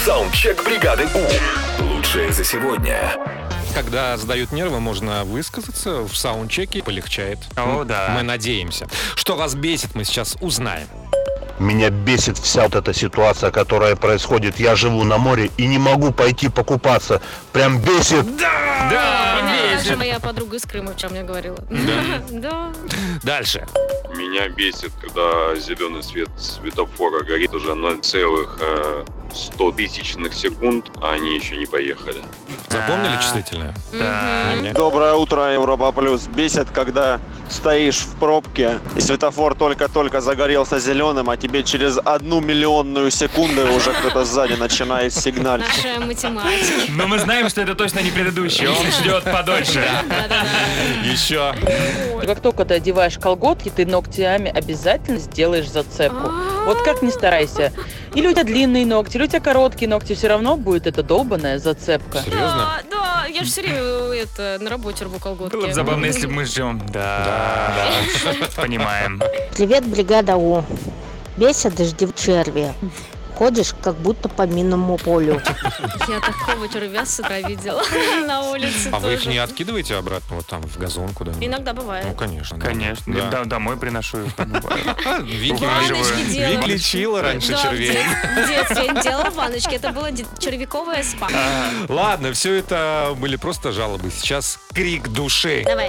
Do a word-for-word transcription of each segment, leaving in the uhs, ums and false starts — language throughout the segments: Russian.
Саундчек бригады У. Лучшее за сегодня. Когда сдают нервы, можно высказаться в саундчеке, полегчает. О, да. Мы надеемся. Что вас бесит, мы сейчас узнаем. Меня бесит вся вот эта ситуация, которая происходит. Я живу на море и не могу пойти покупаться. Прям бесит. Да! Да, Даже бесит. моя подруга из Крыма вчера мне говорила. Да. Дальше. Меня бесит, когда зеленый свет светофора горит уже ноль целых сто тысячных секунд, а они еще не поехали. Запомнили чувствительное? Да. Не? Доброе утро, Европа Плюс. Бесит, когда стоишь в пробке, и светофор только-только загорелся зеленым, а тебе через одну миллионную секунду уже кто-то сзади начинает сигналить. Наша математика. Но мы знаем, что это точно не предыдущий. Он ждет подольше. Еще. Как только ты одеваешь колготки, ты ногтями обязательно сделаешь зацепку. Вот как ни старайся. Или у тебя длинные ногти, или у тебя короткие ногти, все равно будет эта долбаная зацепка. Серьезно? Да, да, я же все время это, на работе рву колготки. Было бы забавно, если бы мы ждем. Да, да. Понимаем. Привет, бригада У. Бесят дожди в черви. Ходишь, как будто по минному полю. Я такого червя с утра видела на улице. А вы их тоже. не откидываете обратно вот там в газон куда-нибудь? Иногда бывает. Ну, конечно. да. Конечно. Да. Да, домой приношу их. Вики, Ванночки Вики делала. лечила раньше Да, в червей. дет- В детстве я делала ванночки. Это было де- червяковое спа. Ладно, все это были просто жалобы. Сейчас крик души. Давай.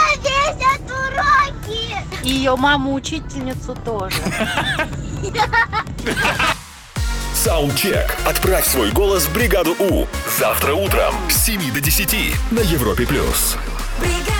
И ее маму-учительницу тоже. Саундчек. Отправь свой голос в бригаду У. Завтра утром с семи до десяти на Европе+. плюс. Бригада!